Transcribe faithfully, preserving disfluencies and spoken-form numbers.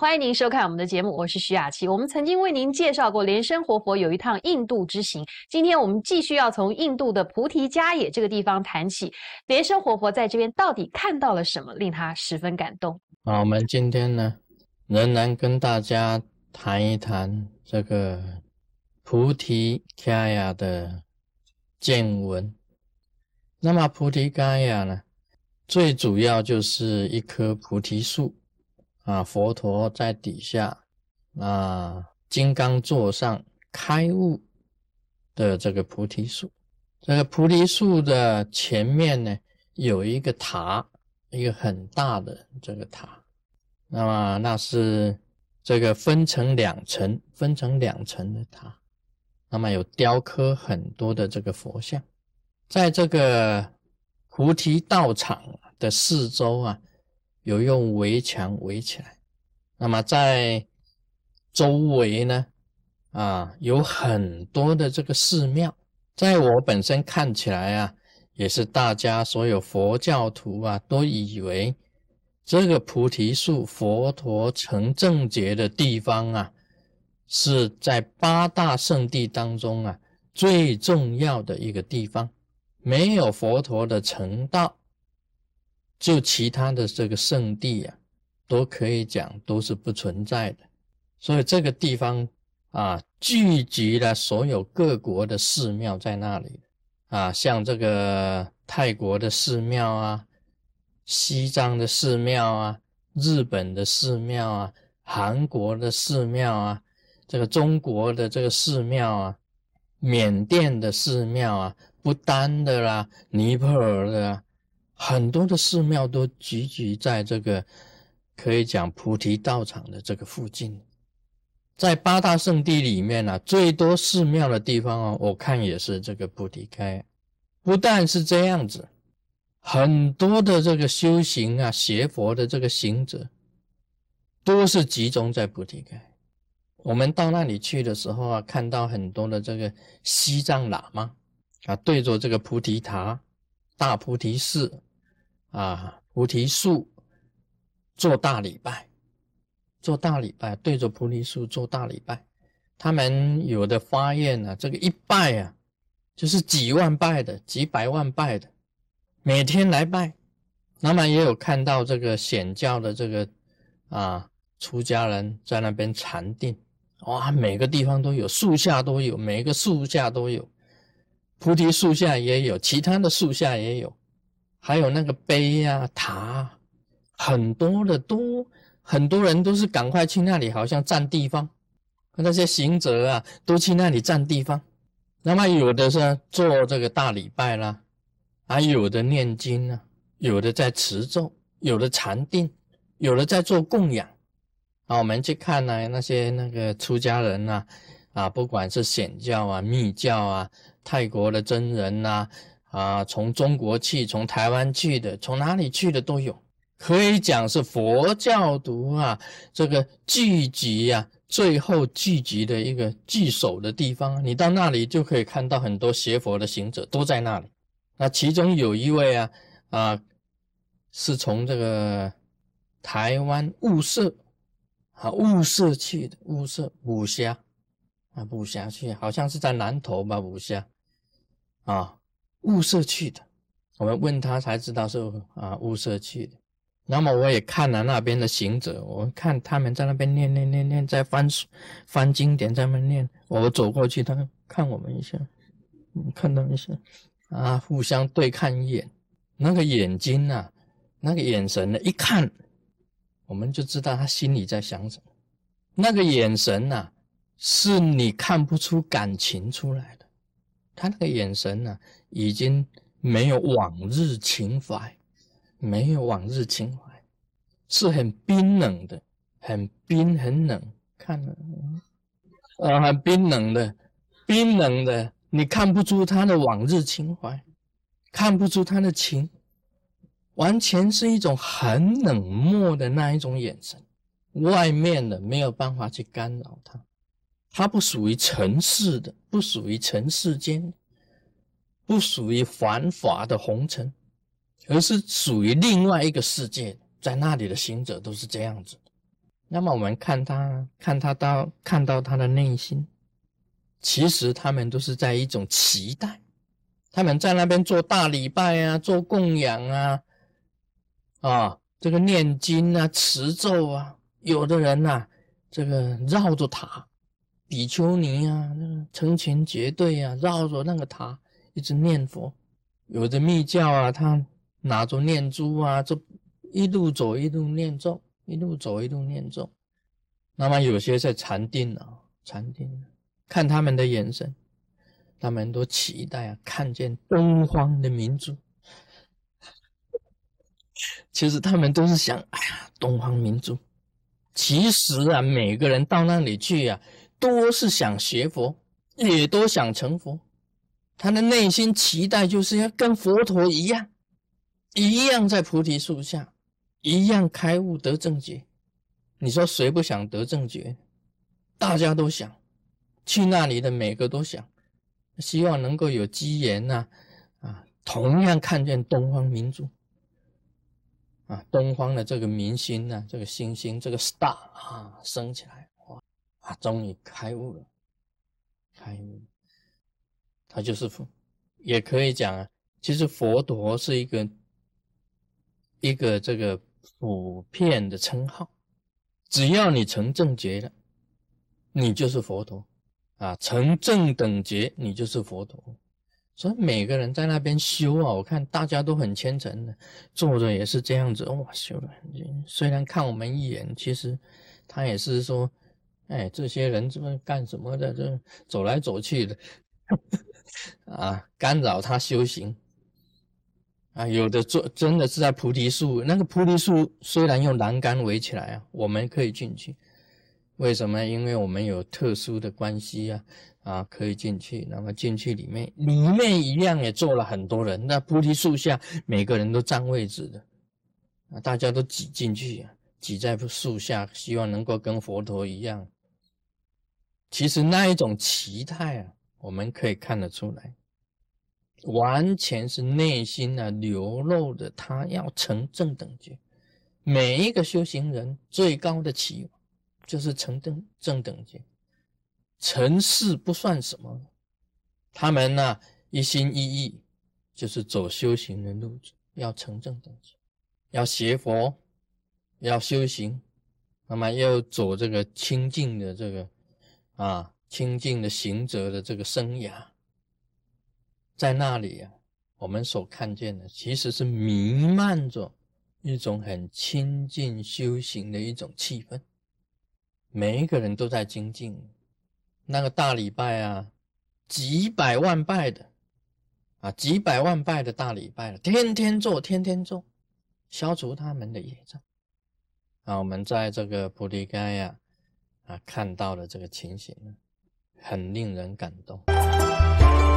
欢迎您收看我们的节目，我是徐雅琪。我们曾经为您介绍过莲生活佛有一趟印度之行，今天我们继续要从印度的菩提迦耶这个地方谈起。莲生活佛在这边到底看到了什么，令他十分感动？ 好，我们今天呢，仍然跟大家谈一谈这个菩提迦耶的见闻。那么菩提迦耶呢，最主要就是一棵菩提树啊，佛陀在底下啊，金刚座上开悟的这个菩提树。这个菩提树的前面呢，有一个塔，一个很大的这个塔。那么那是这个分成两层，分成两层的塔。那么有雕刻很多的这个佛像。在这个菩提道场的四周啊，有用围墙围起来。那么在周围呢，啊，有很多的这个寺庙。在我本身看起来啊，也是大家所有佛教徒啊，都以为这个菩提树佛陀成正觉的地方啊，是在八大圣地当中啊，最重要的一个地方。没有佛陀的成道，就其他的这个圣地啊，都可以讲都是不存在的。所以这个地方啊，聚集了所有各国的寺庙在那里啊，像这个泰国的寺庙啊，西藏的寺庙啊，日本的寺庙啊，韩国的寺庙啊，这个中国的这个寺庙啊，缅甸的寺庙啊，不丹的啦，尼泊尔的啦，很多的寺庙都聚集在这个可以讲菩提道场的这个附近。在八大圣地里面啊，最多寺庙的地方哦，我看也是这个菩提迦耶。不但是这样子，很多的这个修行啊，学佛的这个行者，都是集中在菩提迦耶。我们到那里去的时候啊，看到很多的这个西藏喇嘛啊，对着这个菩提塔、大菩提寺啊、菩提树做大礼拜，做大礼拜，对着菩提树做大礼拜。他们有的发愿啊，这个一拜啊，就是几万拜的，几百万拜的，每天来拜。那么也有看到这个显教的这个啊出家人在那边禅定。哇，每个地方都有，树下都有，每个树下都有，菩提树下也有，其他的树下也有，还有那个碑啊、塔，很多的都，很多人都是赶快去那里，好像占地方。那些行者啊，都去那里占地方。那么有的是做这个大礼拜啦，还有的念经啊，有的在持咒，有的禅定，有的在做供养。啊，我们去看呢，那些那个出家人啊，啊，不管是显教啊、密教啊、泰国的真人呐，啊，从中国去、从台湾去的、从哪里去的都有，可以讲是佛教徒啊，这个聚集啊，最后聚集的一个聚首的地方。你到那里就可以看到很多学佛的行者都在那里。那其中有一位啊，啊，是从这个台湾雾社。啊，雾社去的，雾社武侠啊，武侠去，好像是在南投吧，武侠啊，雾社去的。我们问他才知道是啊雾社去的。那么我也看了那边的行者，我看他们在那边念念念念，在翻翻经典，在那边念。我走过去，他看我们一下，看他们一下啊，互相对看一眼，那个眼睛啊，那个眼神呢，一看。我们就知道他心里在想什么。那个眼神啊，是你看不出感情出来的。他那个眼神啊，已经没有往日情怀，没有往日情怀，是很冰冷的，很冰很冷，看了啊，很冰冷的，冰冷的，你看不出他的往日情怀，看不出他的情。完全是一种很冷漠的那一种眼神，外面的没有办法去干扰他，他不属于尘世的，不属于尘世间，不属于繁华的红尘，而是属于另外一个世界。在那里的行者都是这样子的。 那么我们看他，看他到看到他的内心，其实他们都是在一种期待，他们在那边做大礼拜啊，做供养啊，啊，这个念经啊，持咒啊，有的人啊，这个绕着塔，比丘尼啊，那个成群结队啊，绕着那个塔一直念佛，有的密教啊，他拿着念珠啊，这一路走一路念咒，一路走一路念咒。那么有些在禅定啊，禅定啊，看他们的眼神，他们都期待啊，看见东方的明珠。其实他们都是想，哎呀，东方明珠。其实啊，每个人到那里去啊，都是想学佛，也都想成佛。他的内心期待就是要跟佛陀一样，一样在菩提树下，一样开悟得正觉。你说谁不想得正觉？大家都想，去那里的每个都想，希望能够有机缘呐、啊，啊，同样看见东方明珠，啊，东方的这个明星啊，这个星星，这个 star 啊，升起来，哇，啊，终于开悟了，开悟了，他就是佛，也可以讲啊，其实佛陀是一个一个这个普遍的称号。只要你成正觉了，你就是佛陀啊！成正等觉，你就是佛陀。所以每个人在那边修啊，我看大家都很虔诚的，坐着也是这样子，哇，修了很久。虽然看我们一眼，其实他也是说，哎，这些人这么干什么的？这走来走去的，啊，干扰他修行。啊，有的做真的是在菩提树，那个菩提树虽然用栏杆围起来啊，我们可以进去。为什么？因为我们有特殊的关系啊，啊，可以进去。那么进去里面，里面一样也坐了很多人。那菩提树下，每个人都占位置的，啊，大家都挤进去啊，挤在树下，希望能够跟佛陀一样。其实那一种期待啊，我们可以看得出来。完全是内心啊流露的，他要成正等觉。每一个修行人最高的期望就是成正正等觉，成事不算什么。他们呢、啊、一心一意就是走修行的路子，要成正等觉，要学佛，要修行，那么要走这个清净的这个啊清净的行者的这个生涯。在那里啊，我们所看见的其实是弥漫着一种很亲近修行的一种气氛，每一个人都在精进。那个大礼拜啊，几百万拜的啊，几百万拜的大礼拜，天天做，天天做，消除他们的业障。啊，我们在这个菩提伽呀啊看到的这个情形呢，很令人感动。